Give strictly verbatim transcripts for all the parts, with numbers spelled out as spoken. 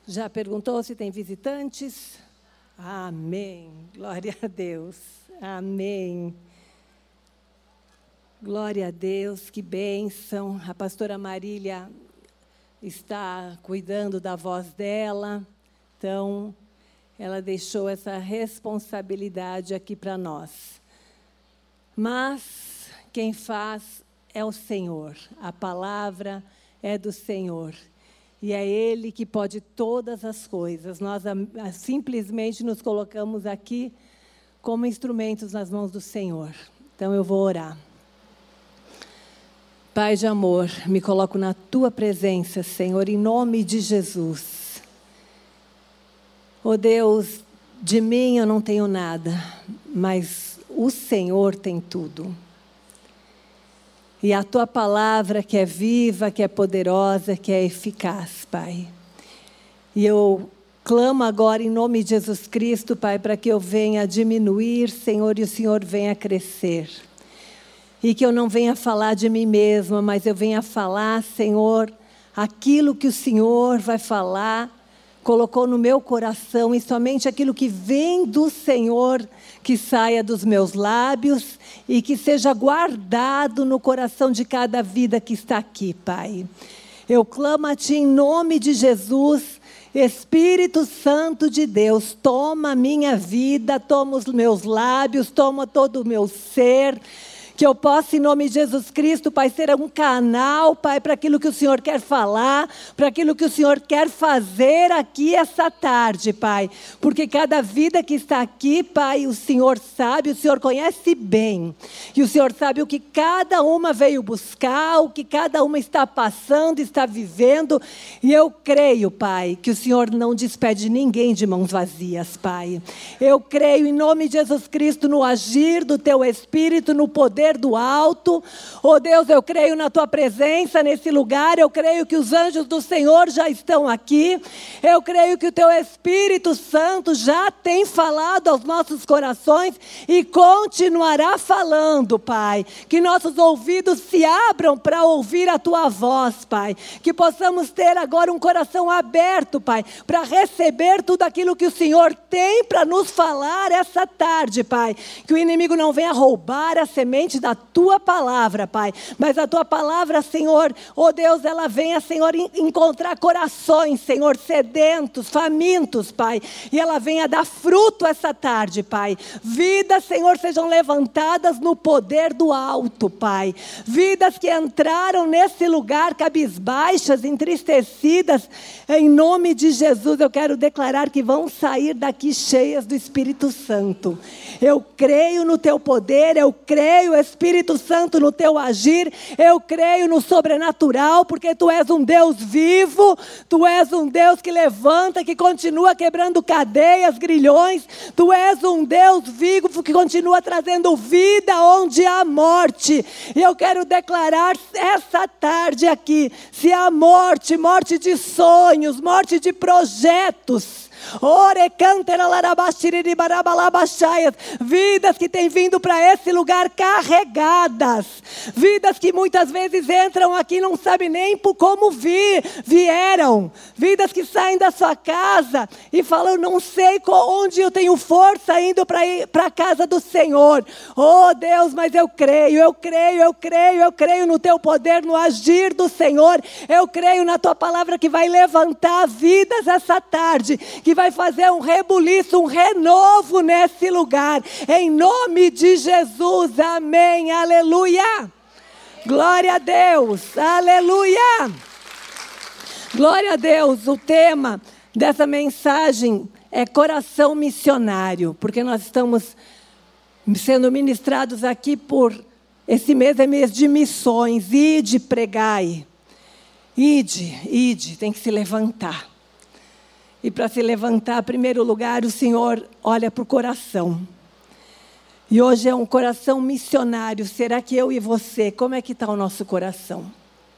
Já perguntou se tem visitantes? Amém. Glória a Deus. Amém. Glória a Deus, que bênção. A pastora Marília está cuidando da voz dela, então ela deixou essa responsabilidade aqui para nós. Mas quem faz é o Senhor, a palavra é do Senhor. E é Ele que pode todas as coisas. Nós a, a, simplesmente nos colocamos aqui como instrumentos nas mãos do Senhor. Então eu vou orar. Pai de amor, me coloco na Tua presença, Senhor, em nome de Jesus. Oh Deus, de mim eu não tenho nada, mas o Senhor tem tudo. E a Tua palavra que é viva, que é poderosa, que é eficaz, Pai. E eu clamo agora em nome de Jesus Cristo, Pai, para que eu venha diminuir, Senhor, e o Senhor venha crescer. E que eu não venha falar de mim mesma, mas eu venha falar, Senhor, aquilo que o Senhor vai falar, colocou no meu coração, e somente aquilo que vem do Senhor, que saia dos meus lábios e que seja guardado no coração de cada vida que está aqui, Pai. Eu clamo a Ti em nome de Jesus, Espírito Santo de Deus, toma a minha vida, toma os meus lábios, toma todo o meu ser, que eu possa, em nome de Jesus Cristo, Pai, ser um canal, Pai, para aquilo que o Senhor quer falar, para aquilo que o Senhor quer fazer aqui essa tarde, Pai. Porque cada vida que está aqui, Pai, o Senhor sabe, o Senhor conhece bem. E o Senhor sabe o que cada uma veio buscar, o que cada uma está passando, está vivendo. E eu creio, Pai, que o Senhor não despede ninguém de mãos vazias, Pai. Eu creio, em nome de Jesus Cristo, no agir do Teu Espírito, no poder do alto. Oh Deus, eu creio na Tua presença nesse lugar, eu creio que os anjos do Senhor já estão aqui, eu creio que o Teu Espírito Santo já tem falado aos nossos corações e continuará falando, Pai, que nossos ouvidos se abram para ouvir a Tua voz, Pai, que possamos ter agora um coração aberto, Pai, para receber tudo aquilo que o Senhor tem para nos falar essa tarde, Pai, que o inimigo não venha roubar a semente da Tua palavra, Pai, mas a Tua palavra, Senhor, oh Deus, ela venha, Senhor, encontrar corações, Senhor, sedentos, famintos, Pai, e ela venha dar fruto essa tarde, Pai. Vidas, Senhor, sejam levantadas no poder do alto, Pai. Vidas que entraram nesse lugar cabisbaixas, entristecidas, em nome de Jesus, eu quero declarar que vão sair daqui cheias do Espírito Santo. Eu creio no Teu poder, eu creio, Espírito Santo, no Teu agir, eu creio no sobrenatural, porque Tu és um Deus vivo, Tu és um Deus que levanta, que continua quebrando cadeias, grilhões, Tu és um Deus vivo que continua trazendo vida onde há morte. E eu quero declarar essa tarde aqui, se há morte, morte de sonhos, morte de projetos, vidas que têm vindo para esse lugar carregadas, vidas que muitas vezes entram aqui e não sabem nem por como vir, vieram, vidas que saem da sua casa e falam, não sei onde eu tenho força indo para ir para a casa do Senhor. Oh Deus, mas eu creio, eu creio, eu creio, eu creio no Teu poder, no agir do Senhor, eu creio na Tua palavra que vai levantar vidas essa tarde, que vai fazer um rebuliço, um renovo nesse lugar, em nome de Jesus, amém, aleluia, glória a Deus, aleluia, glória a Deus. O tema dessa mensagem é coração missionário, porque nós estamos sendo ministrados aqui por, esse mês é mês de missões, ide, pregai, ide, ide, tem que se levantar. E para se levantar, em primeiro lugar, o Senhor olha para o coração. E hoje é um coração missionário. Será que eu e você, como é que está o nosso coração?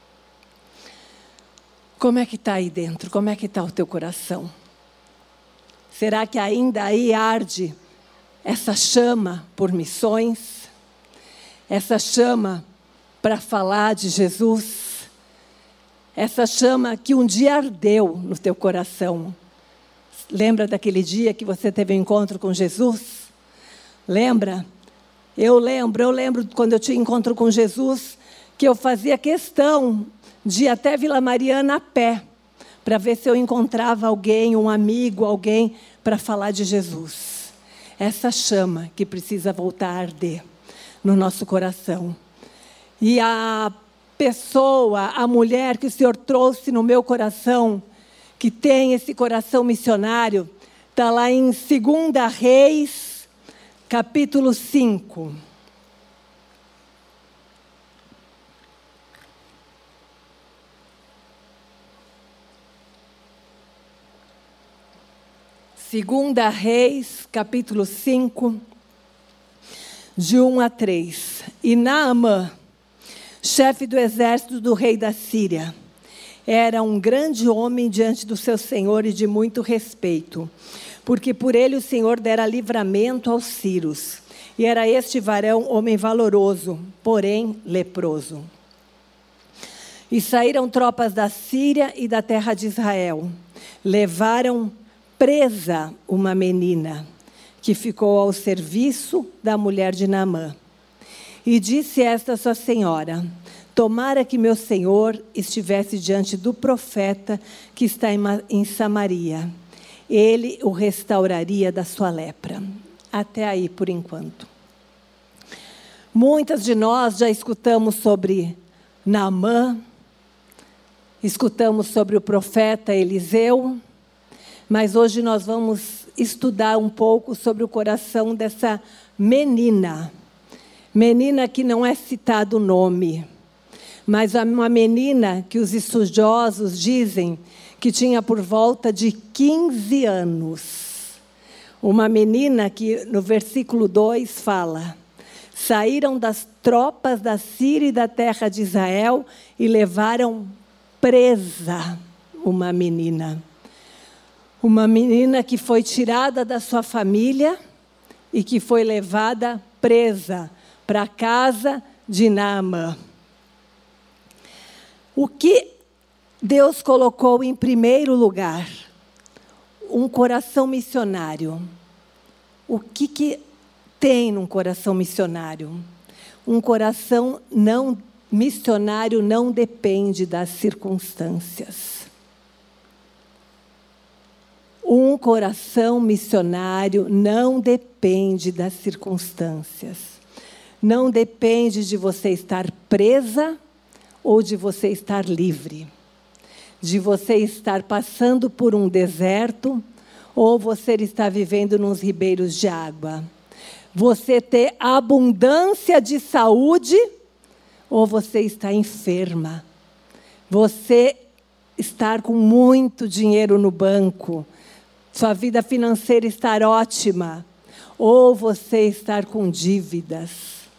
Como é que está aí dentro? Como é que está o teu coração? Será que ainda aí arde essa chama por missões? Essa chama para falar de Jesus? Essa chama que um dia ardeu no teu coração. Lembra daquele dia que você teve um encontro com Jesus? Lembra? Eu lembro, eu lembro quando eu tinha encontro com Jesus, que eu fazia questão de ir até Vila Mariana a pé, para ver se eu encontrava alguém, um amigo, alguém, para falar de Jesus. Essa chama que precisa voltar a arder no nosso coração. E a pessoa, a mulher que o Senhor trouxe no meu coração, que tem esse coração missionário, está lá em Segunda Reis, capítulo cinco. Segunda Reis, capítulo cinco, de um a três. E Naamã, chefe do exército do rei da Síria, era um grande homem diante do seu senhor e de muito respeito, porque por ele o Senhor dera livramento aos sírios. E era este varão homem valoroso, porém leproso. E saíram tropas da Síria e da terra de Israel. Levaram presa uma menina, que ficou ao serviço da mulher de Naamã. E disse esta sua senhora: tomara que meu senhor estivesse diante do profeta que está em Samaria. Ele o restauraria da sua lepra. Até aí, por enquanto. Muitas de nós já escutamos sobre Naamã, escutamos sobre o profeta Eliseu, mas hoje nós vamos estudar um pouco sobre o coração dessa menina. Menina que não é citado o nome, mas uma menina que os estudiosos dizem que tinha por volta de quinze anos. Uma menina que no versículo dois fala: saíram das tropas da Síria e da terra de Israel e levaram presa uma menina. Uma menina que foi tirada da sua família e que foi levada presa para a casa de Naamã. O que Deus colocou em primeiro lugar? Um coração missionário. O que, que tem num coração missionário? Um coração não missionário não depende das circunstâncias. Um coração missionário não depende das circunstâncias. Não depende de você estar presa ou de você estar livre. De você estar passando por um deserto ou você estar vivendo nos ribeiros de água. Você ter abundância de saúde ou você está enferma. Você estar com muito dinheiro no banco, sua vida financeira estar ótima, ou você estar com dívidas.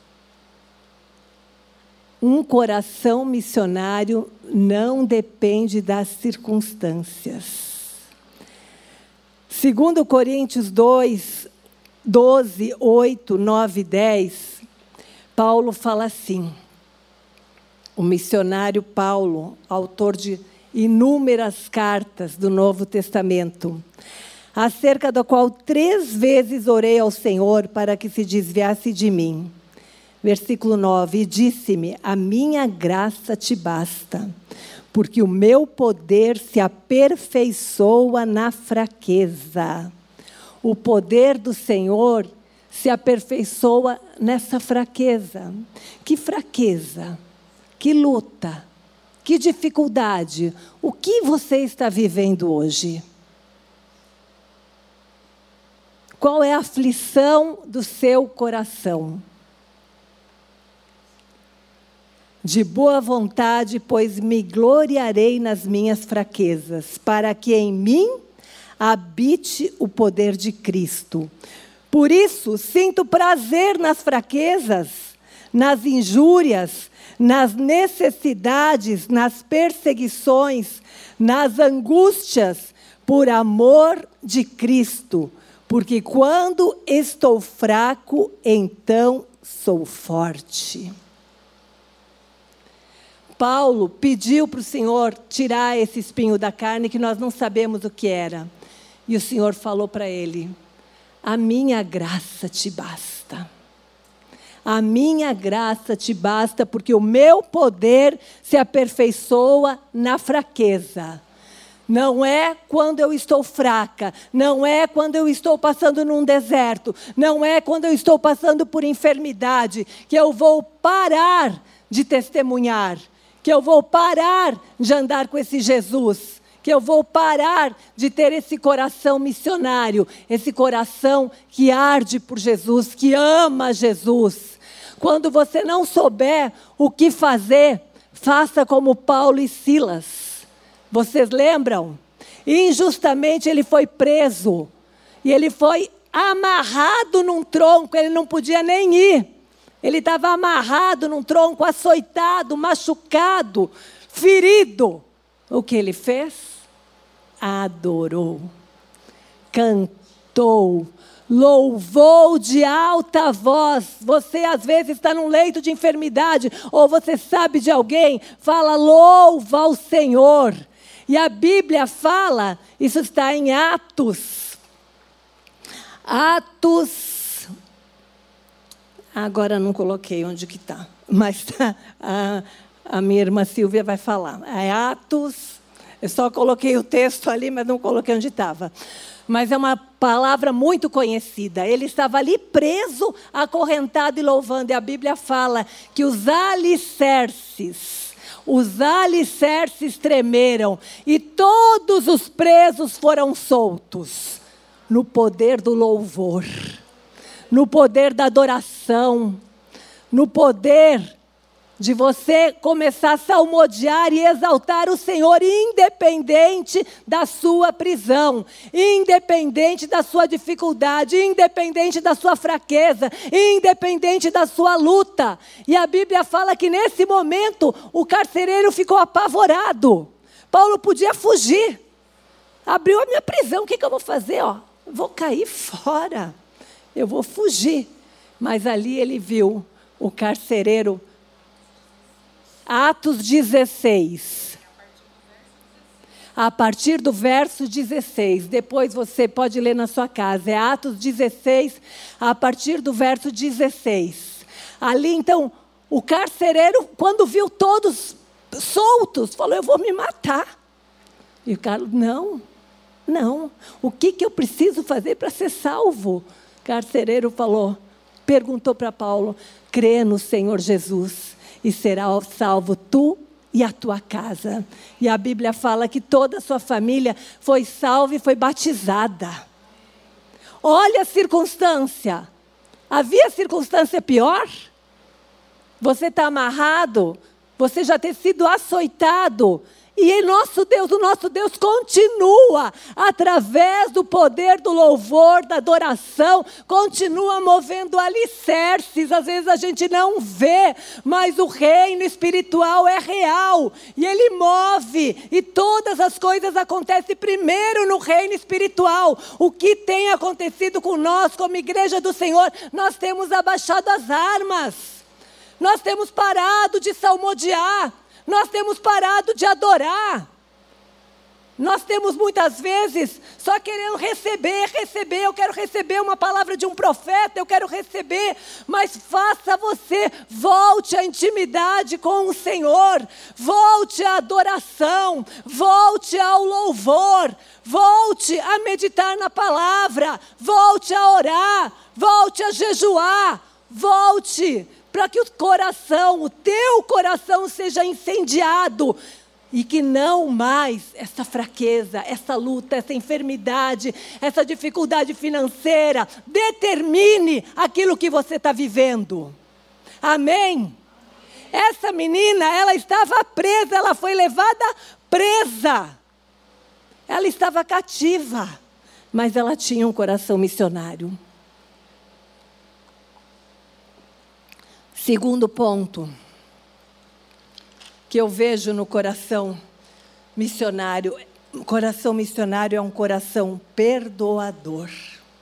Um coração missionário não depende das circunstâncias. Segundo Coríntios dois, doze, oito, nove e dez, Paulo fala assim. O missionário Paulo, autor de inúmeras cartas do Novo Testamento, acerca da qual três vezes orei ao Senhor para que se desviasse de mim. Versículo nove, e disse-me: a minha graça te basta, porque o meu poder se aperfeiçoa na fraqueza. O poder do Senhor se aperfeiçoa nessa fraqueza. Que fraqueza? Que luta? Que dificuldade? O que você está vivendo hoje? Qual é a aflição do seu coração? De boa vontade, pois me gloriarei nas minhas fraquezas, para que em mim habite o poder de Cristo. Por isso, sinto prazer nas fraquezas, nas injúrias, nas necessidades, nas perseguições, nas angústias, por amor de Cristo. Porque quando estou fraco, então sou forte. Paulo pediu para o Senhor tirar esse espinho da carne, que nós não sabemos o que era. E o Senhor falou para ele: a minha graça te basta. A minha graça te basta, porque o meu poder se aperfeiçoa na fraqueza. Não é quando eu estou fraca, não é quando eu estou passando num deserto, não é quando eu estou passando por enfermidade, que eu vou parar de testemunhar, que eu vou parar de andar com esse Jesus, que eu vou parar de ter esse coração missionário, esse coração que arde por Jesus, que ama Jesus. Quando você não souber o que fazer, faça como Paulo e Silas. Vocês lembram? Injustamente ele foi preso. E ele foi amarrado num tronco, ele não podia nem ir. Ele estava amarrado num tronco, açoitado, machucado, ferido. O que ele fez? Adorou, cantou, louvou de alta voz. Você às vezes está num leito de enfermidade, ou você sabe de alguém, fala: louva ao Senhor. E a Bíblia fala, isso está em Atos. Atos, agora não coloquei onde que está, mas tá, a, a minha irmã Silvia vai falar. É Atos, eu só coloquei o texto ali, mas não coloquei onde estava. Mas é uma palavra muito conhecida. Ele estava ali preso, acorrentado e louvando. E a Bíblia fala que os alicerces... Os alicerces tremeram e todos os presos foram soltos. No poder do louvor, no poder da adoração, no poder de você começar a salmodiar e exaltar o Senhor, independente da sua prisão, independente da sua dificuldade, independente da sua fraqueza, independente da sua luta. E a Bíblia fala que nesse momento o carcereiro ficou apavorado. Paulo podia fugir. Abriu a minha prisão, o que, que eu vou fazer? Ó, vou cair fora, eu vou fugir. Mas ali ele viu o carcereiro. Atos dezesseis. A partir do verso dezesseis. Depois você pode ler na sua casa. É Atos dezesseis, a partir do verso dezesseis. Ali então, o carcereiro, quando viu todos soltos, falou: eu vou me matar. E o cara: não, não. O que, que eu preciso fazer para ser salvo? O carcereiro falou, perguntou para Paulo: crê no Senhor Jesus e será salvo tu e a tua casa. E a Bíblia fala que toda a sua família foi salva e foi batizada. Olha a circunstância. Havia circunstância pior? Você está amarrado, você já ter sido açoitado. E nosso Deus, o nosso Deus continua, através do poder do louvor, da adoração, continua movendo alicerces. Às vezes a gente não vê, mas o reino espiritual é real. E ele move, e todas as coisas acontecem primeiro no reino espiritual. O que tem acontecido com nós, como igreja do Senhor? Nós temos abaixado as armas. Nós temos parado de salmodiar. Nós temos parado de adorar. Nós temos muitas vezes só querendo receber, receber. Eu quero receber uma palavra de um profeta, eu quero receber. Mas faça você, volte à intimidade com o Senhor. Volte à adoração, volte ao louvor. Volte a meditar na palavra, volte a orar, volte a jejuar, volte para que o coração, o teu coração seja incendiado e que não mais essa fraqueza, essa luta, essa enfermidade, essa dificuldade financeira determine aquilo que você está vivendo. Amém? Essa menina, ela estava presa, ela foi levada presa. Ela estava cativa, mas ela tinha um coração missionário. Segundo ponto que eu vejo no coração missionário. O coração missionário é um coração perdoador.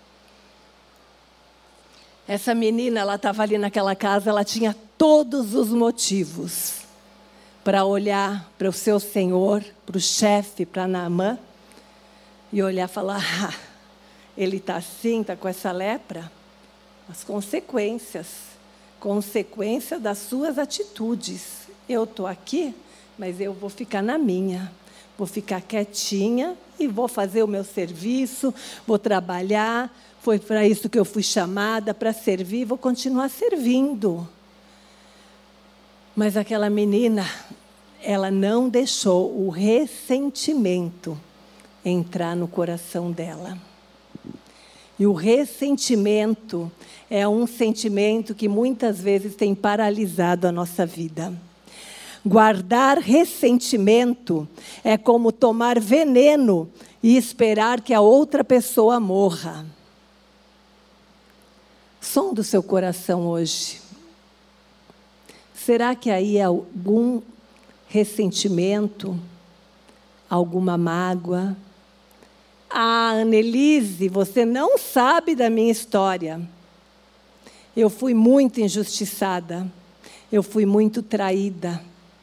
Essa menina, ela estava ali naquela casa, ela tinha todos os motivos para olhar para o seu senhor, para o chefe, para Naamã, e olhar e falar, ah, ele está assim, está com essa lepra? As consequências, consequência das suas atitudes. Eu estou aqui, mas eu vou ficar na minha, vou ficar quietinha e vou fazer o meu serviço, vou trabalhar, foi para isso que eu fui chamada, para servir, vou continuar servindo. Mas aquela menina, ela não deixou o ressentimento entrar no coração dela. E o ressentimento é um sentimento que muitas vezes tem paralisado a nossa vida. Guardar ressentimento é como tomar veneno e esperar que a outra pessoa morra. Som do seu coração hoje. Será que aí há algum ressentimento, alguma mágoa? Ah, Annelise, você não sabe da minha história. Eu fui muito injustiçada. Eu fui muito traída.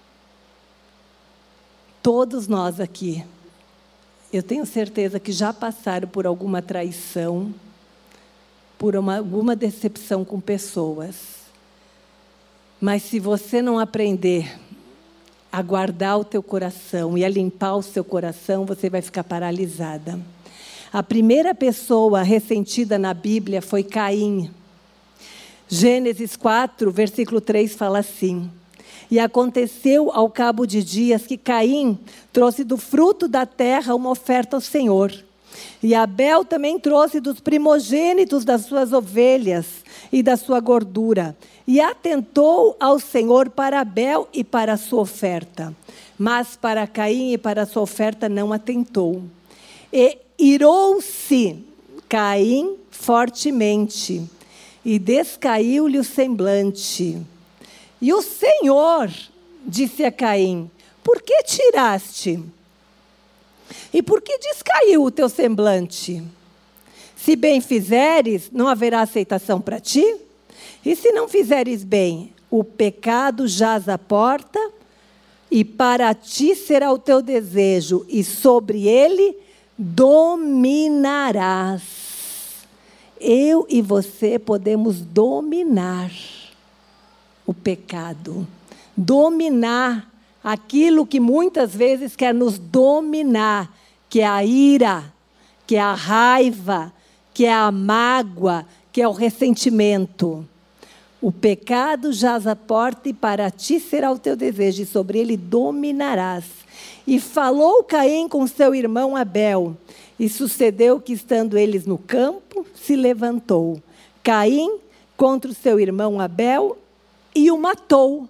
Todos nós aqui, eu tenho certeza que já passaram por alguma traição, por uma, alguma decepção com pessoas. Mas se você não aprender a guardar o teu coração e a limpar o seu coração, você vai ficar paralisada. A primeira pessoa ressentida na Bíblia foi Caim. Gênesis quatro, versículo três fala assim: e aconteceu ao cabo de dias que Caim trouxe do fruto da terra uma oferta ao Senhor. E Abel também trouxe dos primogênitos das suas ovelhas e da sua gordura. E atentou ao Senhor para Abel e para a sua oferta. Mas para Caim e para a sua oferta não atentou. E irou-se Caim fortemente, e descaiu-lhe o semblante. E o Senhor disse a Caim: por que tiraste? E por que descaiu o teu semblante? Se bem fizeres, não haverá aceitação para ti? E se não fizeres bem, o pecado jaz à porta, e para ti será o teu desejo, e sobre ele dominarás. Eu e você podemos dominar o pecado, dominar aquilo que muitas vezes quer nos dominar, que é a ira, que é a raiva, que é a mágoa, que é o ressentimento. O pecado jaz à porta e para ti será o teu desejo, e sobre ele dominarás. E falou Caim com seu irmão Abel, e sucedeu que, estando eles no campo, se levantou Caim contra o seu irmão Abel e o matou.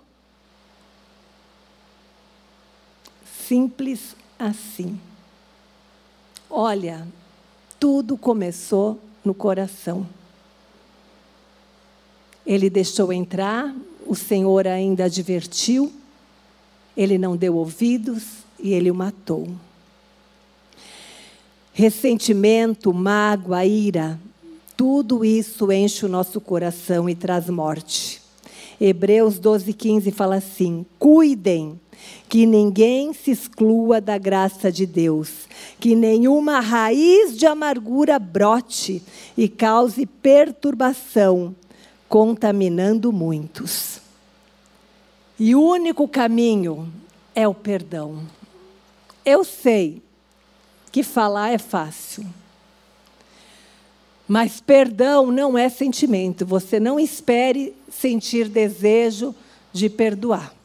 Simples assim. Olha, tudo começou no coração. Ele deixou entrar, o Senhor ainda advertiu, ele não deu ouvidos e ele o matou. Ressentimento, mágoa, ira, tudo isso enche o nosso coração e traz morte. Hebreus doze, quinze fala assim: cuidem que ninguém se exclua da graça de Deus, que nenhuma raiz de amargura brote e cause perturbação, contaminando muitos. E o único caminho é o perdão. Eu sei que falar é fácil, mas perdão não é sentimento. Você não espere sentir desejo de perdoar.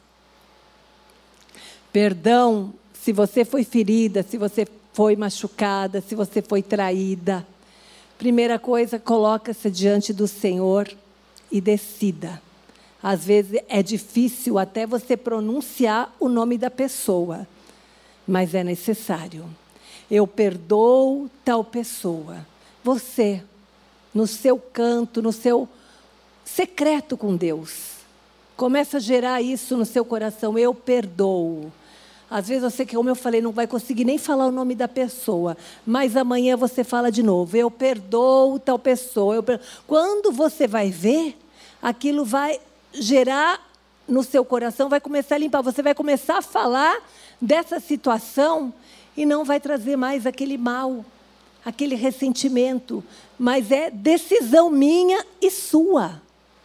Perdão, se você foi ferida, se você foi machucada, se você foi traída, primeira coisa, coloca-se diante do Senhor e decida. Às vezes é difícil até você pronunciar o nome da pessoa, mas é necessário. Eu perdoo tal pessoa. Você, no seu canto, no seu secreto com Deus, começa a gerar isso no seu coração. Eu perdoo. Às vezes você, como eu falei, não vai conseguir nem falar o nome da pessoa, mas amanhã você fala de novo. Eu perdoo tal pessoa. Eu perdoo. Quando você vai ver, aquilo vai gerar no seu coração, vai começar a limpar. Você vai começar a falar dessa situação e não vai trazer mais aquele mal, aquele ressentimento. Mas é decisão minha e sua.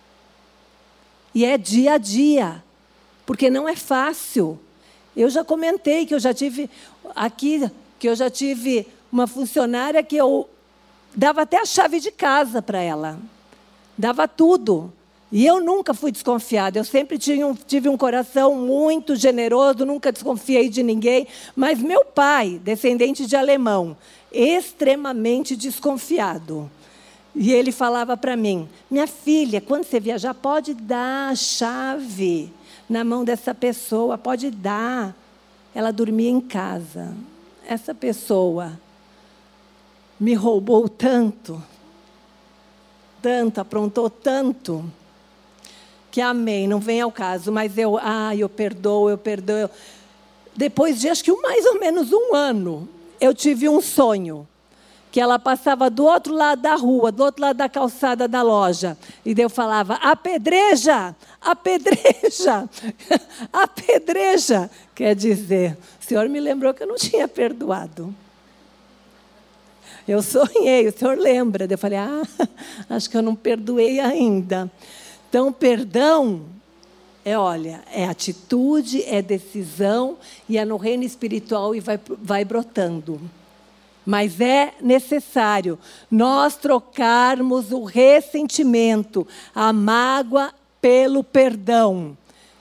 E é dia a dia, porque não é fácil. Eu já comentei que eu já tive aqui, que eu já tive uma funcionária que eu dava até a chave de casa para ela. Dava tudo. E eu nunca fui desconfiada. Eu sempre tinha um, tive um coração muito generoso, nunca desconfiei de ninguém. Mas meu pai, descendente de alemão, extremamente desconfiado. E ele falava para mim, minha filha, quando você viajar, pode dar a chave na mão dessa pessoa, pode dar. Ela dormia em casa. Essa pessoa me roubou tanto, tanto, aprontou tanto, que amém, não vem ao caso, mas eu, ah, eu perdoo, eu perdoo. Depois de, acho que mais ou menos um ano, eu tive um sonho, que ela passava do outro lado da rua, do outro lado da calçada da loja, e daí eu falava, apedreja, apedreja, apedreja. Quer dizer, o Senhor me lembrou que eu não tinha perdoado. Eu sonhei, o Senhor lembra. Eu falei, ah, acho que eu não perdoei ainda. Então, perdão é, olha, é atitude, é decisão, e é no reino espiritual e vai, vai brotando. Mas é necessário nós trocarmos o ressentimento, a mágoa, pelo perdão.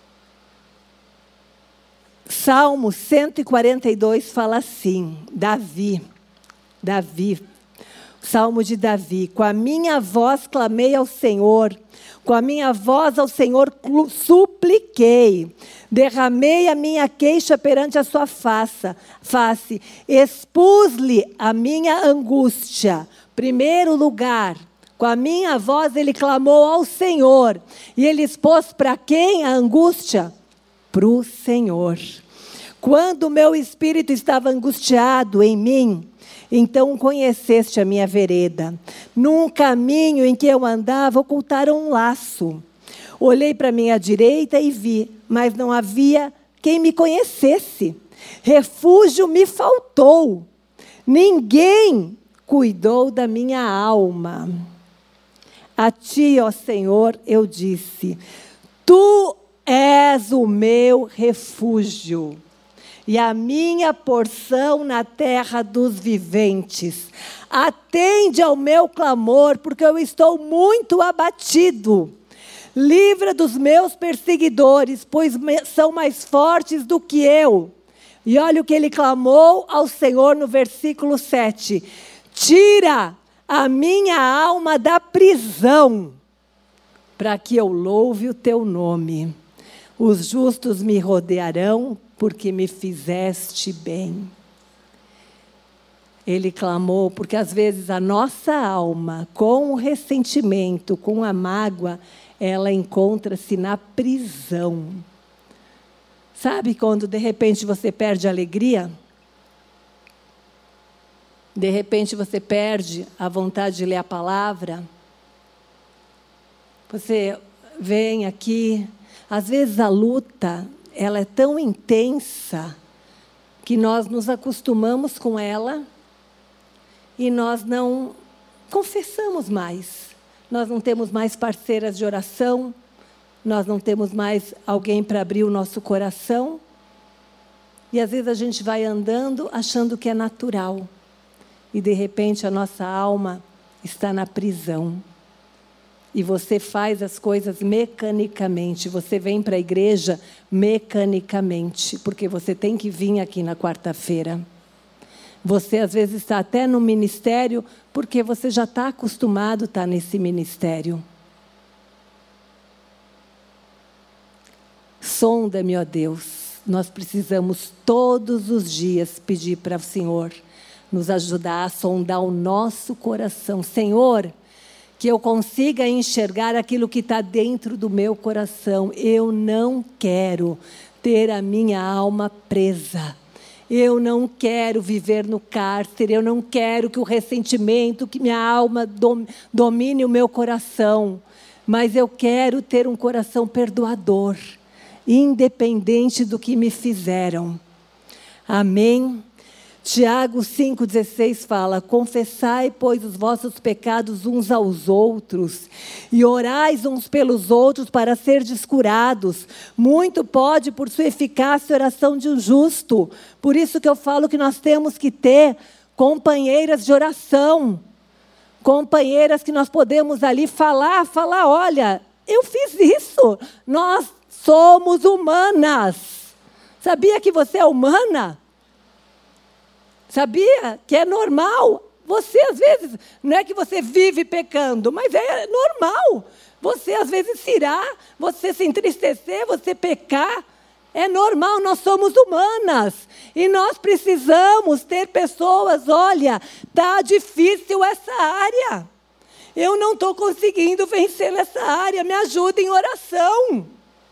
Salmo cento e quarenta e dois fala assim, Davi, Davi, Salmo de Davi, com a minha voz clamei ao Senhor, com a minha voz ao Senhor supliquei, derramei a minha queixa perante a sua face, face, expus-lhe a minha angústia. Primeiro lugar, com a minha voz ele clamou ao Senhor, e ele expôs para quem a angústia? Para o Senhor. Quando o meu espírito estava angustiado em mim, então conheceste a minha vereda. Num caminho em que eu andava, ocultaram um laço. Olhei para a minha direita e vi, mas não havia quem me conhecesse. Refúgio me faltou. Ninguém cuidou da minha alma. A ti, ó Senhor, eu disse, tu és o meu refúgio e a minha porção na terra dos viventes. Atende ao meu clamor, porque eu estou muito abatido. Livra dos meus perseguidores, pois são mais fortes do que eu. E olha o que ele clamou ao Senhor no versículo sete. Tira a minha alma da prisão, para que eu louve o teu nome. Os justos me rodearão, porque me fizeste bem. Ele clamou, porque às vezes a nossa alma, com o ressentimento, com a mágoa, ela encontra-se na prisão. Sabe quando de repente você perde a alegria? De repente você perde a vontade de ler a palavra? Você vem aqui, às vezes a luta, ela é tão intensa que nós nos acostumamos com ela e nós não confessamos mais. Nós não temos mais parceiras de oração, nós não temos mais alguém para abrir o nosso coração. E às vezes a gente vai andando achando que é natural. E de repente a nossa alma está na prisão. E você faz as coisas mecanicamente. Você vem para a igreja mecanicamente. Porque você tem que vir aqui na quarta-feira. Você às vezes está até no ministério porque você já está acostumado a estar nesse ministério. Sonda-me, ó Deus. Nós precisamos todos os dias pedir para o Senhor nos ajudar a sondar o nosso coração. Senhor, que eu consiga enxergar aquilo que está dentro do meu coração. Eu não quero ter a minha alma presa. Eu não quero viver no cárcere. Eu não quero que o ressentimento, que minha alma domine o meu coração. Mas eu quero ter um coração perdoador. independente do que me fizeram. Amém? Tiago cinco dezesseis fala: confessai, pois, os vossos pecados uns aos outros, e orais uns pelos outros para serdes curados. Muito pode, por sua eficácia, a oração de um justo. Por isso que eu falo que nós temos que ter companheiras de oração, companheiras que nós podemos ali falar, falar, olha, eu fiz isso. Nós somos humanas. Sabia que você é humana? Sabia que é normal? Você, às vezes, não é que você vive pecando, mas é normal. Você, às vezes, se irá, você se entristecer, você pecar. É normal, nós somos humanas. E nós precisamos ter pessoas, olha, está difícil essa área. Eu não estou conseguindo vencer nessa área, me ajuda em oração.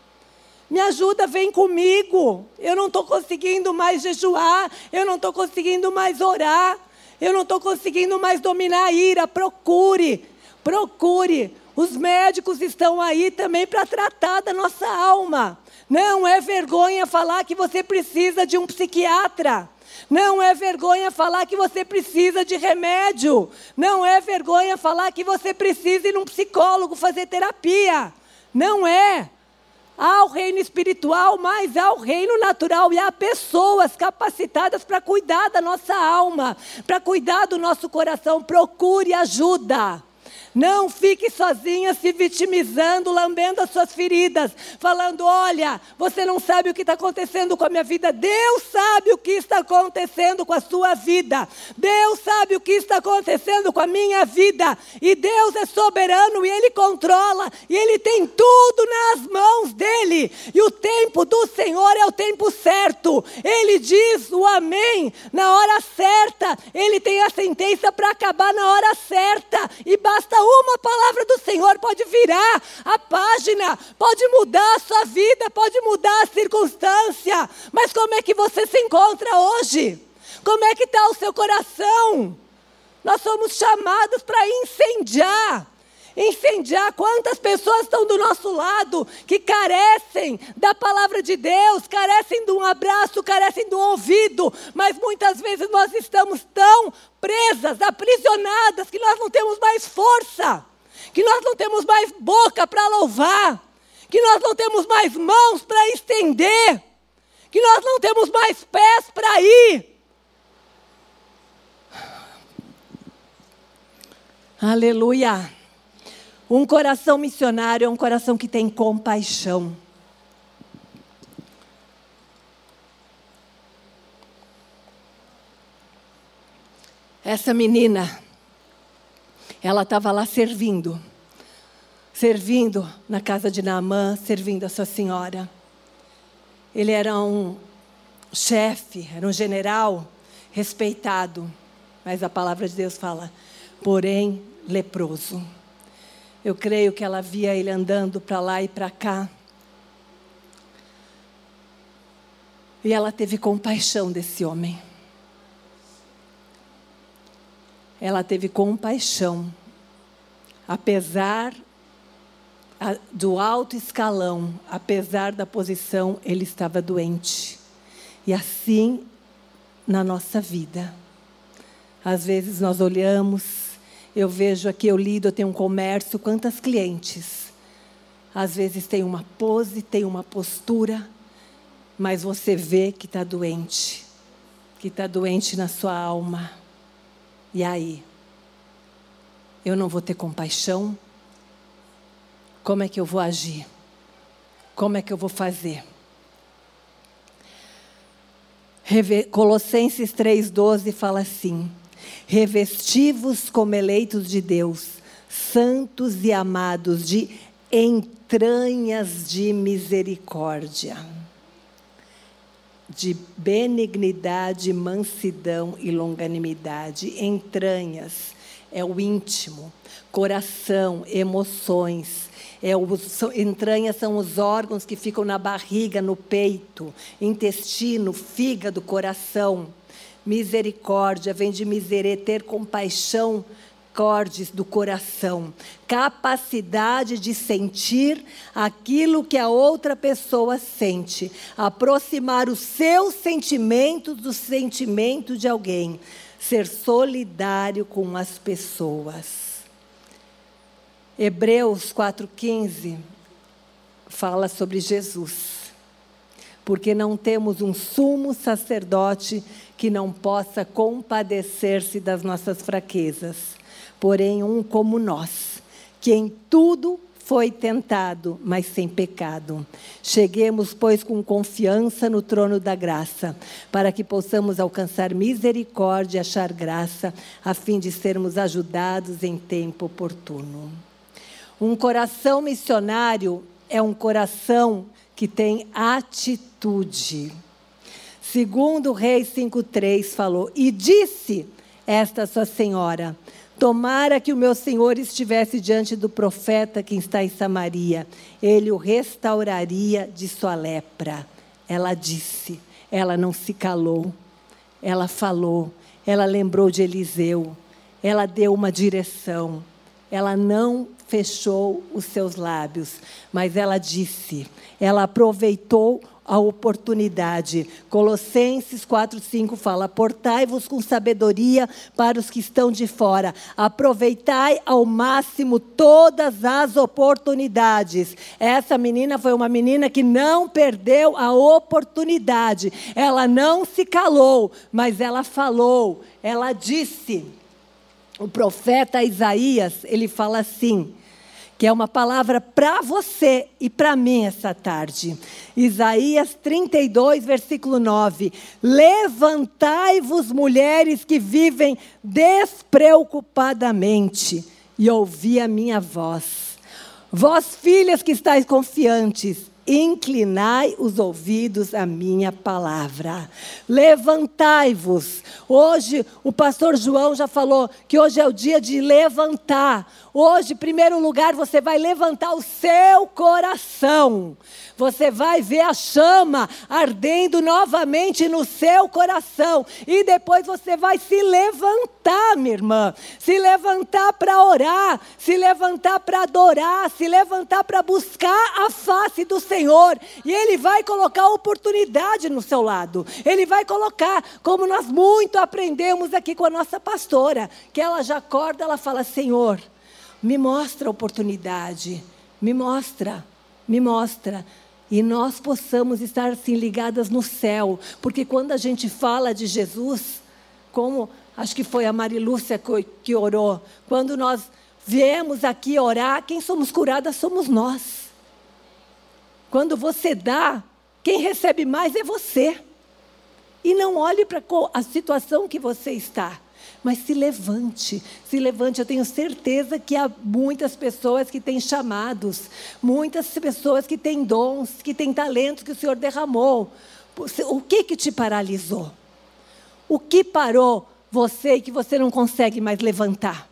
Me ajuda, vem comigo. Eu não estou conseguindo mais jejuar. Eu não estou conseguindo mais orar. Eu não estou conseguindo mais dominar a ira. Procure, procure. Os médicos estão aí também para tratar da nossa alma. Não é vergonha falar que você precisa de um psiquiatra. Não é vergonha falar que você precisa de remédio. Não é vergonha falar que você precisa ir num psicólogo fazer terapia. Não é. Há o reino espiritual, mas há o reino natural. E há pessoas capacitadas para cuidar da nossa alma, para cuidar do nosso coração. Procure ajuda. Não fique sozinha se vitimizando, lambendo as suas feridas, falando, olha, você não sabe o que está acontecendo com a minha vida. Deus sabe o que está acontecendo com a sua vida. Deus sabe o que está acontecendo com a minha vida. E Deus é soberano e Ele controla. E Ele tem tudo nas mãos dEle. E o tempo do Senhor é o tempo certo. Ele diz o amém na hora certa. Ele tem a sentença para acabar na hora certa. E basta uma palavra do Senhor, pode virar a página, pode mudar a sua vida, pode mudar a circunstância. Mas como é que você se encontra hoje? Como é que está o seu coração? Nós somos chamados para incendiar. Incendiar. Quantas pessoas estão do nosso lado que carecem da palavra de Deus, carecem de um abraço, carecem de um ouvido, mas muitas vezes nós estamos tão presas, aprisionadas, que nós não temos mais força, que nós não temos mais boca para louvar, que nós não temos mais mãos para estender, que nós não temos mais pés para ir. Aleluia. Um coração missionário é um coração que tem compaixão. Essa menina, ela estava lá servindo. Servindo na casa de Naamã, servindo a sua senhora. Ele era um chefe, era um general respeitado. Mas a palavra de Deus fala, porém leproso. Eu creio que ela via ele andando para lá e para cá. E ela teve compaixão desse homem. Ela teve compaixão. Apesar do alto escalão, apesar da posição, ele estava doente. E assim na nossa vida. Às vezes nós olhamos... Eu vejo aqui, eu lido, eu tenho um comércio, quantas clientes. Às vezes tem uma pose, tem uma postura, mas você vê que está doente. Que está doente na sua alma. E aí? Eu não vou ter compaixão? Como é que eu vou agir? Como é que eu vou fazer? Colossenses três, doze fala assim... Revesti-vos como eleitos de Deus, santos e amados, de entranhas de misericórdia, de benignidade, mansidão e longanimidade. Entranhas é o íntimo, coração, emoções. É o, entranhas são os órgãos que ficam na barriga, no peito, intestino, fígado, coração. Misericórdia vem de miserê, ter compaixão acordes do coração, capacidade de sentir aquilo que a outra pessoa sente, aproximar os seus sentimentos do sentimento de alguém, ser solidário com as pessoas. Hebreus quatro, quinze fala sobre Jesus. Porque não temos um sumo sacerdote que não possa compadecer-se das nossas fraquezas, porém um como nós, que em tudo foi tentado, mas sem pecado. Cheguemos, pois, com confiança no trono da graça, para que possamos alcançar misericórdia e achar graça, a fim de sermos ajudados em tempo oportuno. Um coração missionário é um coração que tem atitude. Segundo Reis cinco, três falou, e disse esta sua senhora, tomara que o meu senhor estivesse diante do profeta que está em Samaria, ele o restauraria de sua lepra. Ela disse, ela não se calou, ela falou, ela lembrou de Eliseu, ela deu uma direção, ela não fechou os seus lábios, mas ela disse, ela aproveitou a oportunidade. Colossenses quatro, cinco fala, portai-vos com sabedoria para os que estão de fora, aproveitai ao máximo todas as oportunidades. Essa menina foi uma menina que não perdeu a oportunidade, ela não se calou, mas ela falou, ela disse. O profeta Isaías, ele fala assim, que é uma palavra para você e para mim essa tarde. Isaías trinta e dois, versículo nove. Levantai-vos, mulheres que vivem despreocupadamente, e ouvi a minha voz. Vós, filhas que estáis confiantes, inclinai os ouvidos à minha palavra. Levantai-vos. Hoje, o pastor João já falou que hoje é o dia de levantar. Hoje, em primeiro lugar, você vai levantar o seu coração. Você vai ver a chama ardendo novamente no seu coração. E depois você vai se levantar, minha irmã. Se levantar para orar. Se levantar para adorar. Se levantar para buscar a face do Senhor. E Ele vai colocar oportunidade no seu lado. Ele vai colocar, como nós muito aprendemos aqui com a nossa pastora. Que ela já acorda, ela fala, Senhor, me mostra a oportunidade. Me mostra, me mostra. E nós possamos estar assim ligadas no céu. Porque quando a gente fala de Jesus, como acho que foi a Marilúcia que orou, quando nós viemos aqui orar, quem somos curadas somos nós. Quando você dá, quem recebe mais é você. E não olhe para a situação que você está. Mas se levante, se levante. Eu tenho certeza que há muitas pessoas que têm chamados, muitas pessoas que têm dons, que têm talentos que o Senhor derramou. O que que te paralisou? O que parou você e que você não consegue mais levantar?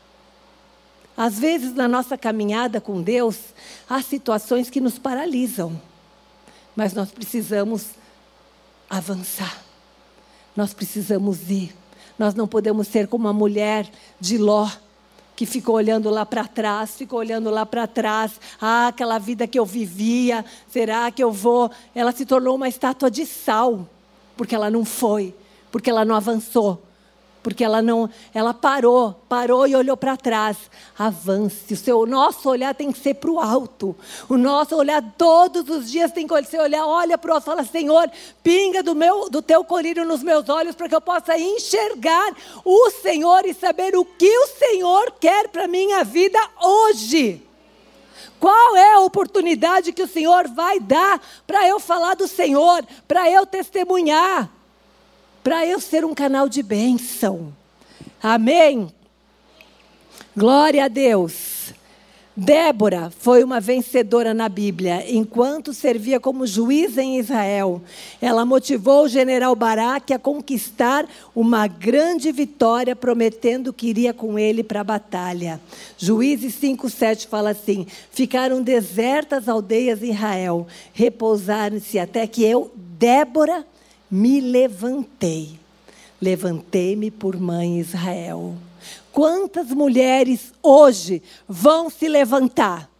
Às vezes, na nossa caminhada com Deus, há situações que nos paralisam. Mas nós precisamos avançar. Nós precisamos ir. Nós não podemos ser como a mulher de Ló, que ficou olhando lá para trás, ficou olhando lá para trás. Ah, aquela vida que eu vivia, será que eu vou? Ela se tornou uma estátua de sal, porque ela não foi, porque ela não avançou. Porque ela não, ela parou, parou e olhou para trás. Avance, o seu, o nosso olhar tem que ser para o alto. O nosso olhar todos os dias tem que ser olhar, olha para o alto, fala, Senhor, pinga do, meu, do teu colírio nos meus olhos, para que eu possa enxergar o Senhor e saber o que o Senhor quer para a minha vida hoje. Qual é a oportunidade que o Senhor vai dar para eu falar do Senhor, para eu testemunhar? Para eu ser um canal de bênção. Amém? Glória a Deus. Débora foi uma vencedora na Bíblia. Enquanto servia como juíza em Israel, ela motivou o general Baraque a conquistar uma grande vitória, prometendo que iria com ele para a batalha. Juízes cinco, sete fala assim, ficaram desertas aldeias em Israel, repousaram-se até que eu, Débora, me levantei. levantei-me por mãe Israel. Quantas mulheres hoje vão se levantar?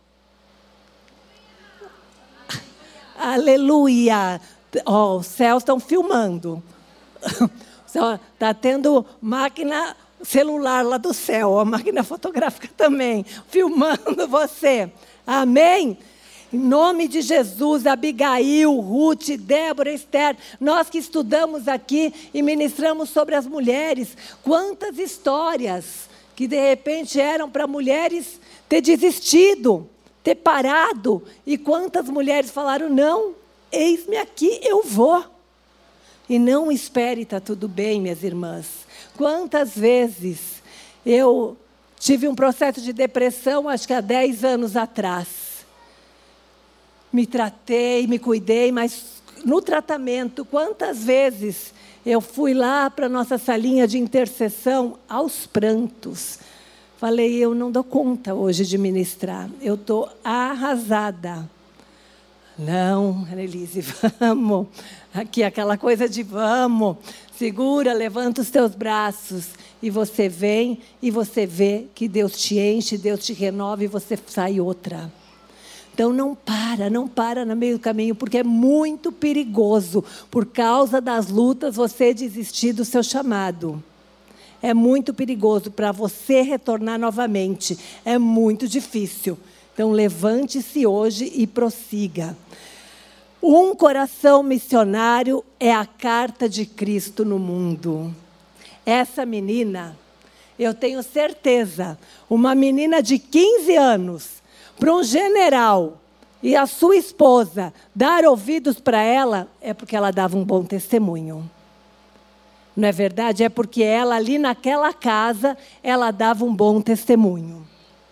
Aleluia! Oh, os céus estão filmando. Está tendo máquina celular lá do céu, a máquina fotográfica também, filmando você. Amém? Em nome de Jesus, Abigail, Ruth, Débora, Esther, nós que estudamos aqui e ministramos sobre as mulheres, quantas histórias que de repente eram para mulheres ter desistido, ter parado, e quantas mulheres falaram, não, eis-me aqui, eu vou. E não espere, está tudo bem, minhas irmãs. Quantas vezes eu tive um processo de depressão, acho que há dez anos atrás. Me tratei, me cuidei, mas no tratamento, quantas vezes eu fui lá para a nossa salinha de intercessão aos prantos. Falei, eu não dou conta hoje de ministrar, eu estou arrasada. Não, Annelise, vamos. Aqui aquela coisa de vamos. Segura, levanta os teus braços. E você vem e você vê que Deus te enche, Deus te renova e você sai outra. Então, não para, não para no meio do caminho, porque é muito perigoso, por causa das lutas, você desistir do seu chamado. É muito perigoso para você retornar novamente. É muito difícil. Então, levante-se hoje e prossiga. Um coração missionário é a carta de Cristo no mundo. Essa menina, eu tenho certeza, uma menina de quinze anos, para um general e a sua esposa dar ouvidos para ela, é porque ela dava um bom testemunho. Não é verdade? É porque ela ali naquela casa, ela dava um bom testemunho.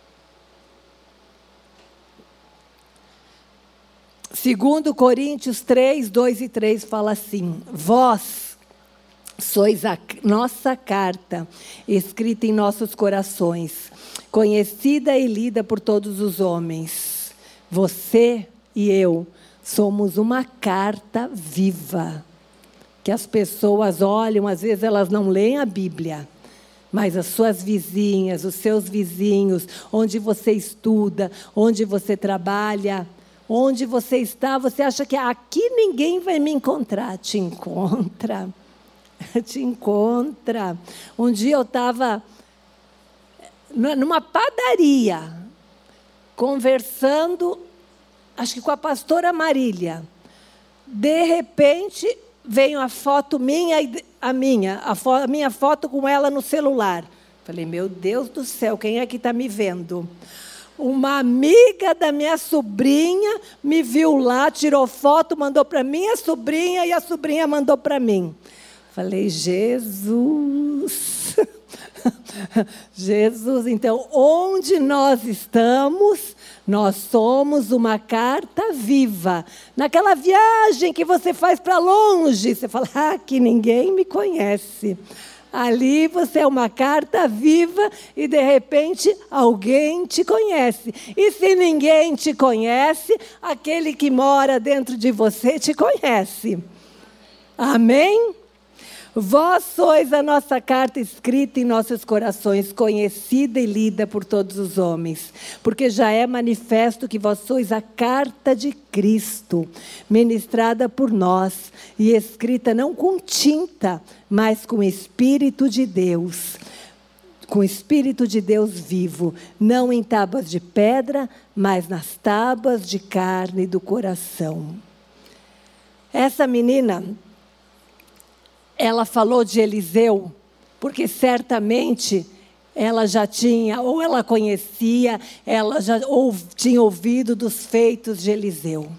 Segundo Coríntios três, dois e três fala assim, vós sois a nossa carta, escrita em nossos corações, conhecida e lida por todos os homens. Você e eu somos uma carta viva, que as pessoas olham, às vezes elas não leem a Bíblia, mas as suas vizinhas, os seus vizinhos, onde você estuda, onde você trabalha, onde você está, você acha que aqui ninguém vai me encontrar. Te encontra, te encontra. Um dia eu estava numa padaria, conversando, acho que com a pastora Marília. De repente, veio a foto minha, a minha, a, fo, a minha foto com ela no celular. Falei, meu Deus do céu, quem é que está me vendo? Uma amiga da minha sobrinha me viu lá, tirou foto, mandou para minha sobrinha e a sobrinha mandou para mim. Falei, Jesus, Jesus, então, onde nós estamos, nós somos uma carta viva. Naquela viagem que você faz para longe, você fala, ah, que ninguém me conhece. Ali você é uma carta viva e, de repente, alguém te conhece. E se ninguém te conhece, aquele que mora dentro de você te conhece. Amém? Vós sois a nossa carta escrita em nossos corações, conhecida e lida por todos os homens, porque já é manifesto que vós sois a carta de Cristo, ministrada por nós e escrita não com tinta, mas com o Espírito de Deus, com o Espírito de Deus vivo, não em tábuas de pedra, mas nas tábuas de carne do coração. Essa menina, ela falou de Eliseu, porque certamente ela já tinha, ou ela conhecia, ela já ou, tinha ouvido dos feitos de Eliseu.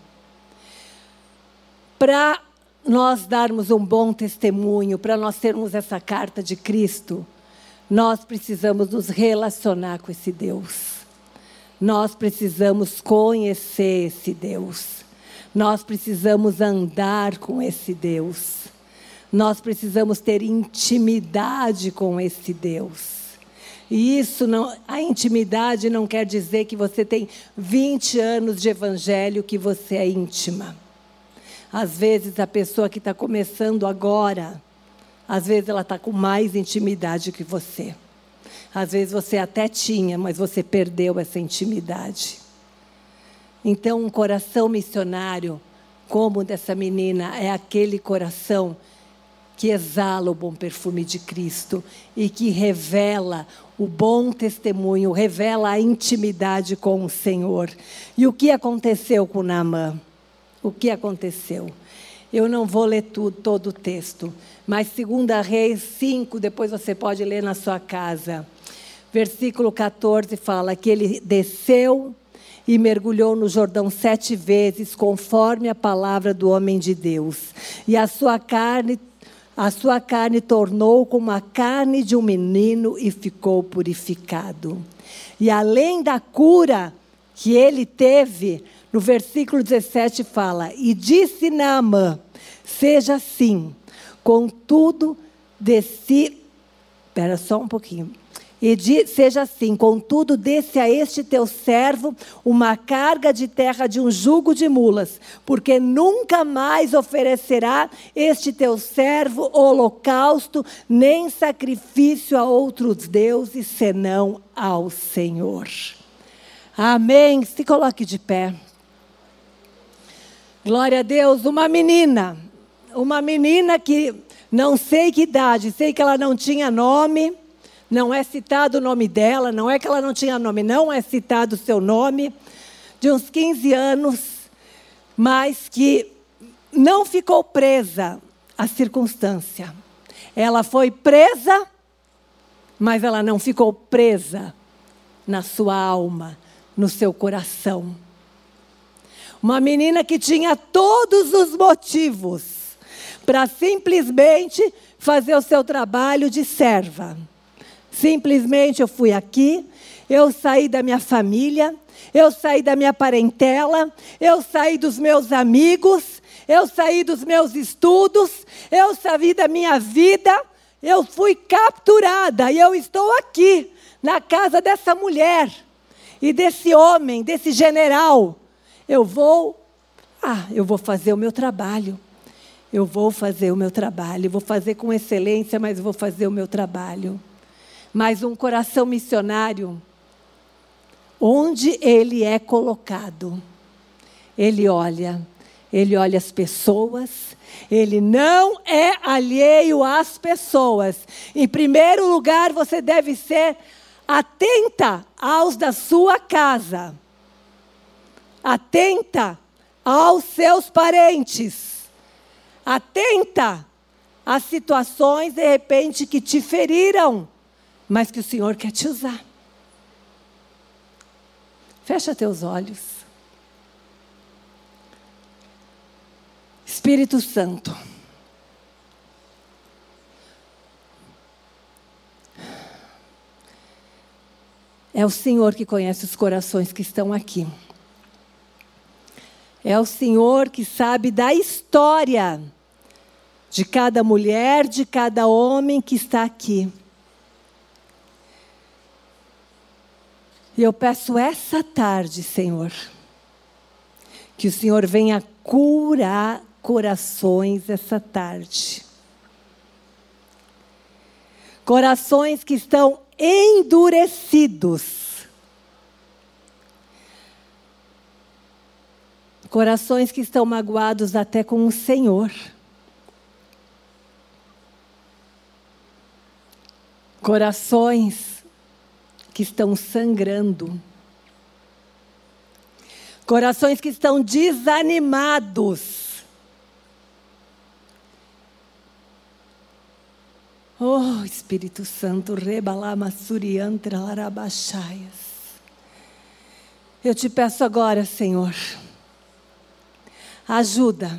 Para nós darmos um bom testemunho, para nós termos essa carta de Cristo, nós precisamos nos relacionar com esse Deus. Nós precisamos conhecer esse Deus. Nós precisamos andar com esse Deus. Nós precisamos ter intimidade com esse Deus. E isso não, a intimidade não quer dizer que você tem vinte anos de evangelho, que você é íntima. Às vezes a pessoa que está começando agora, Às vezes ela está com mais intimidade que você. Às vezes você até tinha, mas você perdeu essa intimidade. Então, um coração missionário, como o dessa menina, é aquele coração que exala o bom perfume de Cristo e que revela o bom testemunho, revela a intimidade com o Senhor. E o que aconteceu com Naamã? O que aconteceu? Eu não vou ler tudo, todo o texto, mas segunda Reis cinco, depois você pode ler na sua casa. Versículo catorze fala que ele desceu e mergulhou no Jordão sete vezes, conforme a palavra do homem de Deus. E a sua carne, a sua carne tornou como a carne de um menino e ficou purificado. E além da cura que ele teve, no versículo dezessete fala, e disse Naamã, seja assim, contudo, desci, espera só um pouquinho, e de, seja assim, contudo, desse a este teu servo uma carga de terra de um jugo de mulas, porque nunca mais oferecerá este teu servo holocausto, nem sacrifício a outros deuses, senão ao Senhor. Amém. Se coloque de pé. Glória a Deus. Uma menina, uma menina que não sei que idade, sei que ela não tinha nome. Não é citado o nome dela, não é que ela não tinha nome, não é citado o seu nome, de uns quinze anos, mas que não ficou presa à circunstância. Ela foi presa, mas ela não ficou presa na sua alma, no seu coração. Uma menina que tinha todos os motivos para simplesmente fazer o seu trabalho de serva. Simplesmente eu fui aqui, eu saí da minha família, eu saí da minha parentela, eu saí dos meus amigos, eu saí dos meus estudos, eu saí da minha vida, eu fui capturada e eu estou aqui, na casa dessa mulher e desse homem, desse general. Eu vou, ah, eu vou fazer o meu trabalho, eu vou fazer o meu trabalho, vou fazer com excelência, mas vou fazer o meu trabalho. Mas um coração missionário, onde ele é colocado, ele olha, ele olha as pessoas, ele não é alheio às pessoas. Em primeiro lugar, você deve ser atenta aos da sua casa, atenta aos seus parentes, atenta às situações, de repente, que te feriram, mas que o Senhor quer te usar. Fecha teus olhos. Espírito Santo, é o Senhor que conhece os corações que estão aqui. É o Senhor que sabe da história de cada mulher, de cada homem que está aqui. E eu peço essa tarde, Senhor, que o Senhor venha curar corações essa tarde. Corações que estão endurecidos. Corações que estão magoados até com o Senhor. Corações que estão sangrando. Corações que estão desanimados. Oh, Espírito Santo, rebalama suriantra larabachaias. Eu te peço agora, Senhor, ajuda.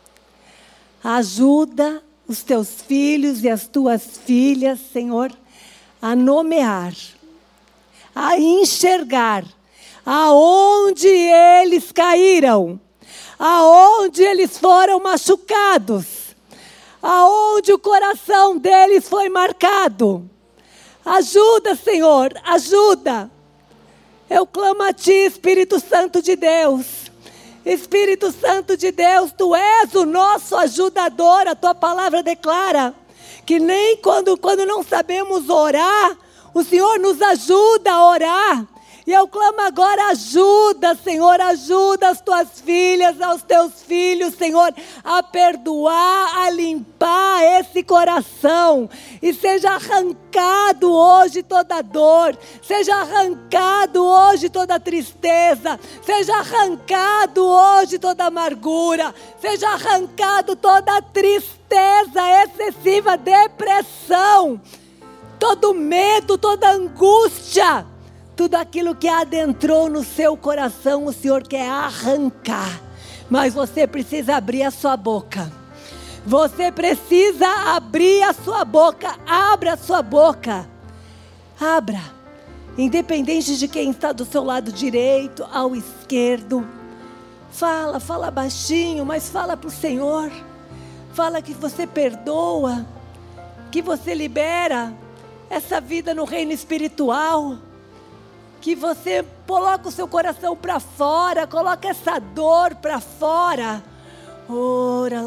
Ajuda os teus filhos e as tuas filhas, Senhor, a nomear, a enxergar aonde eles caíram, aonde eles foram machucados, aonde o coração deles foi marcado. Ajuda, Senhor, ajuda. Eu clamo a Ti, Espírito Santo de Deus. Espírito Santo de Deus, Tu és o nosso ajudador. A Tua palavra declara que nem quando, quando não sabemos orar, o Senhor nos ajuda a orar. E eu clamo agora, ajuda, Senhor, ajuda as tuas filhas, aos teus filhos, Senhor, a perdoar, a limpar esse coração. E seja arrancado hoje toda dor, seja arrancado hoje toda tristeza, seja arrancado hoje toda amargura, seja arrancado toda tristeza excessiva, depressão, todo medo, toda angústia. Tudo aquilo que adentrou no seu coração, o Senhor quer arrancar. Mas você precisa abrir a sua boca. Você precisa abrir a sua boca. Abra a sua boca. Abra. Independente de quem está do seu lado direito, ao esquerdo. Fala, fala baixinho, mas fala para o Senhor. Fala que você perdoa. Que você libera essa vida no reino espiritual. Que você coloca o seu coração para fora, coloca essa dor para fora. Ora,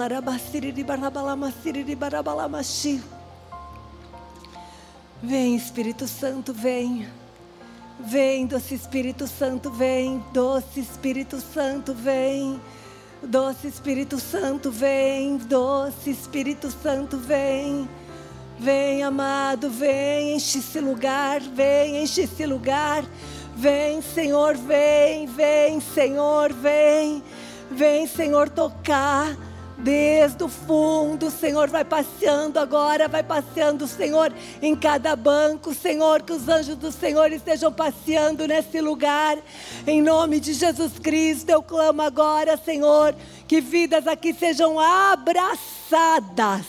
vem, Espírito Santo, vem. Vem, doce Espírito Santo, vem. Doce Espírito Santo, vem. Doce Espírito Santo, vem. Doce Espírito Santo, vem. Vem, amado, vem, enche esse lugar, vem, enche esse lugar. Vem, Senhor, vem, vem, Senhor, vem. Vem, Senhor, tocar desde o fundo. O Senhor vai passeando agora, vai passeando, Senhor, em cada banco. Senhor, que os anjos do Senhor estejam passeando nesse lugar. Em nome de Jesus Cristo, eu clamo agora, Senhor, que vidas aqui sejam abraçadas.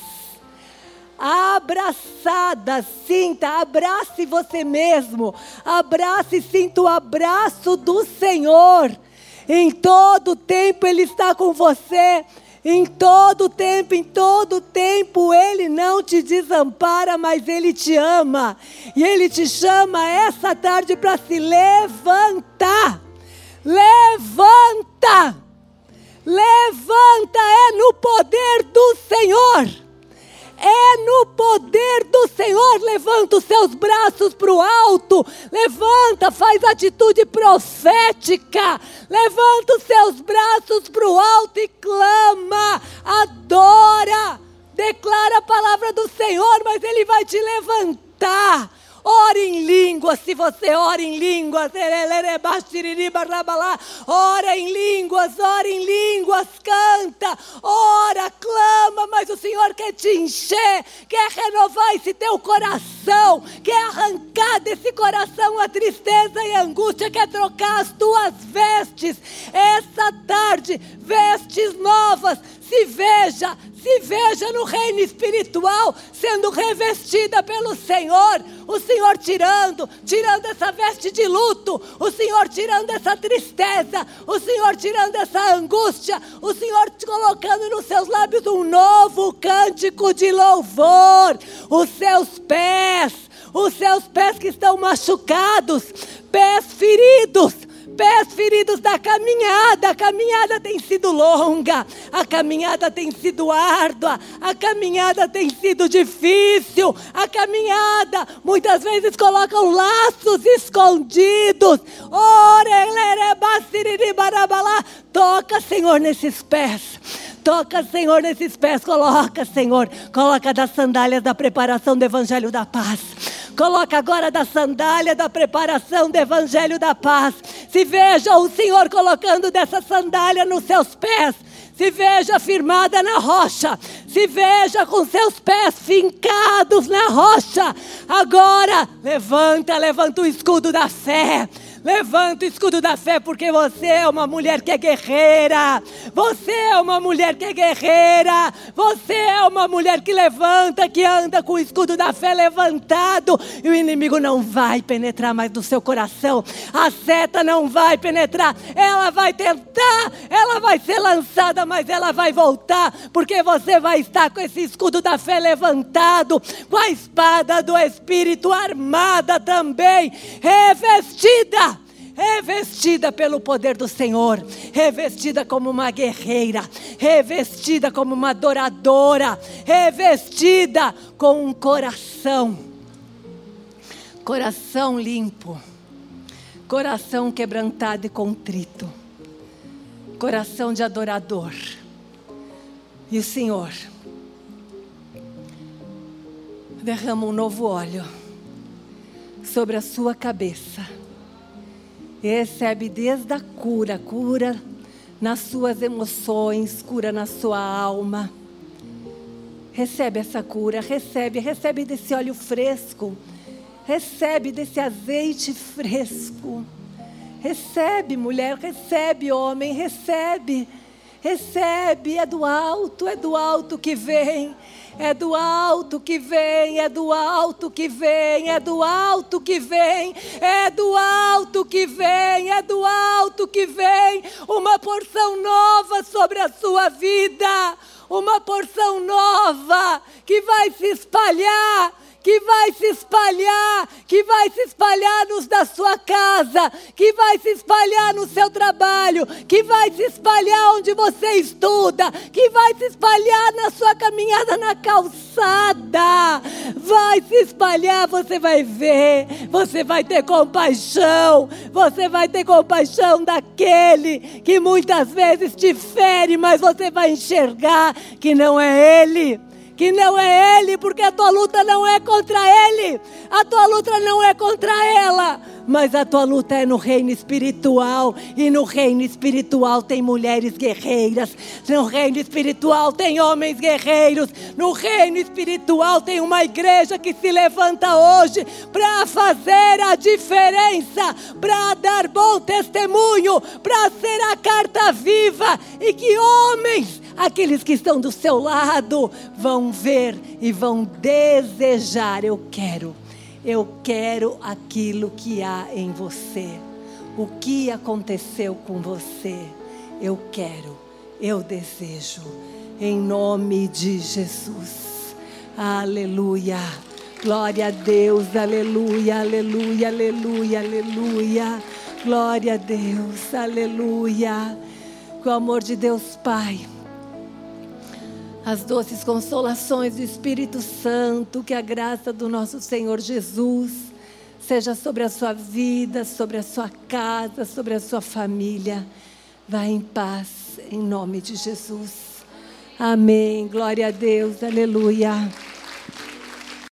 Abraçada, sinta, abrace você mesmo, abrace e sinta o abraço do Senhor. Em todo tempo Ele está com você, em todo tempo, em todo tempo Ele não te desampara, mas Ele te ama. E Ele te chama essa tarde para se levantar. Levanta, levanta, é no poder do Senhor. É no poder do Senhor. Levanta os seus braços para o alto. Levanta, faz atitude profética. Levanta os seus braços para o alto e clama. Adora. Declara a palavra do Senhor, mas Ele vai te levantar. Ore em línguas, se você ora em línguas. Ora em línguas, ora em línguas, canta, ora, clama, mas o Senhor quer te encher, quer renovar esse teu coração, quer arrancar desse coração a tristeza e a angústia, quer trocar as tuas vestes. Essa tarde, vestes novas. Se veja, se veja no reino espiritual, sendo revestida pelo Senhor. O Senhor tirando, tirando essa veste de luto. O Senhor tirando essa tristeza. O Senhor tirando essa angústia. O Senhor te colocando nos seus lábios um novo cântico de louvor. Os seus pés, os seus pés que estão machucados, pés feridos. Pés feridos da caminhada. A caminhada tem sido longa, a caminhada tem sido árdua, a caminhada tem sido difícil, a caminhada muitas vezes colocam laços escondidos. Toca, Senhor, nesses pés. Toca, Senhor, nesses pés. Coloca, Senhor, coloca das sandálias da preparação do Evangelho da Paz. Coloca agora da sandália da preparação do Evangelho da Paz. Se veja o Senhor colocando dessa sandália nos seus pés. Se veja firmada na rocha. Se veja com seus pés fincados na rocha. Agora, levanta, levanta o escudo da fé. Levanta o escudo da fé, porque você é uma mulher que é guerreira. Você é uma mulher que é guerreira. Você é uma mulher que levanta, que anda com o escudo da fé levantado. E o inimigo não vai penetrar mais no seu coração. A seta não vai penetrar. Ela vai tentar, ela vai ser lançada, mas ela vai voltar. Porque você vai estar com esse escudo da fé levantado, com a espada do Espírito armada também, revestida. revestida pelo poder do Senhor, revestida como uma guerreira, revestida como uma adoradora, revestida com um coração, coração limpo, coração quebrantado e contrito, coração de adorador. E o Senhor derrama um novo óleo sobre a sua cabeça. E recebe desde a cura, cura nas suas emoções, cura na sua alma. Recebe essa cura, recebe, recebe desse óleo fresco. Recebe desse azeite fresco. Recebe, mulher, recebe, homem, recebe. Recebe, é do alto, é do alto que vem. É do alto que vem, é do alto que vem, é do alto que vem, é do alto que vem, é do alto que vem. Uma porção nova sobre a sua vida. Uma porção nova que vai se espalhar. Que vai se espalhar, que vai se espalhar nos da sua casa, que vai se espalhar no seu trabalho, que vai se espalhar onde você estuda, que vai se espalhar na sua caminhada na calçada. Vai se espalhar, você vai ver, você vai ter compaixão, você vai ter compaixão daquele que muitas vezes te fere, mas você vai enxergar que não é ele. Que não é ele, porque a tua luta não é contra ele, a tua luta não é contra ela, mas a tua luta é no reino espiritual, e no reino espiritual tem mulheres guerreiras, no reino espiritual tem homens guerreiros, no reino espiritual tem uma igreja que se levanta hoje para fazer a diferença, para dar bom testemunho, para ser a carta viva, e que homens, aqueles que estão do seu lado, vão ver e vão desejar. Eu quero, eu quero aquilo que há em você. O que aconteceu com você? Eu quero, eu desejo. Em nome de Jesus. Aleluia. Glória a Deus. Aleluia, aleluia, aleluia, aleluia. Glória a Deus. Aleluia. Com o amor de Deus Pai, as doces consolações do Espírito Santo, que a graça do nosso Senhor Jesus seja sobre a sua vida, sobre a sua casa, sobre a sua família. Vá em paz, em nome de Jesus. Amém. Glória a Deus. Aleluia.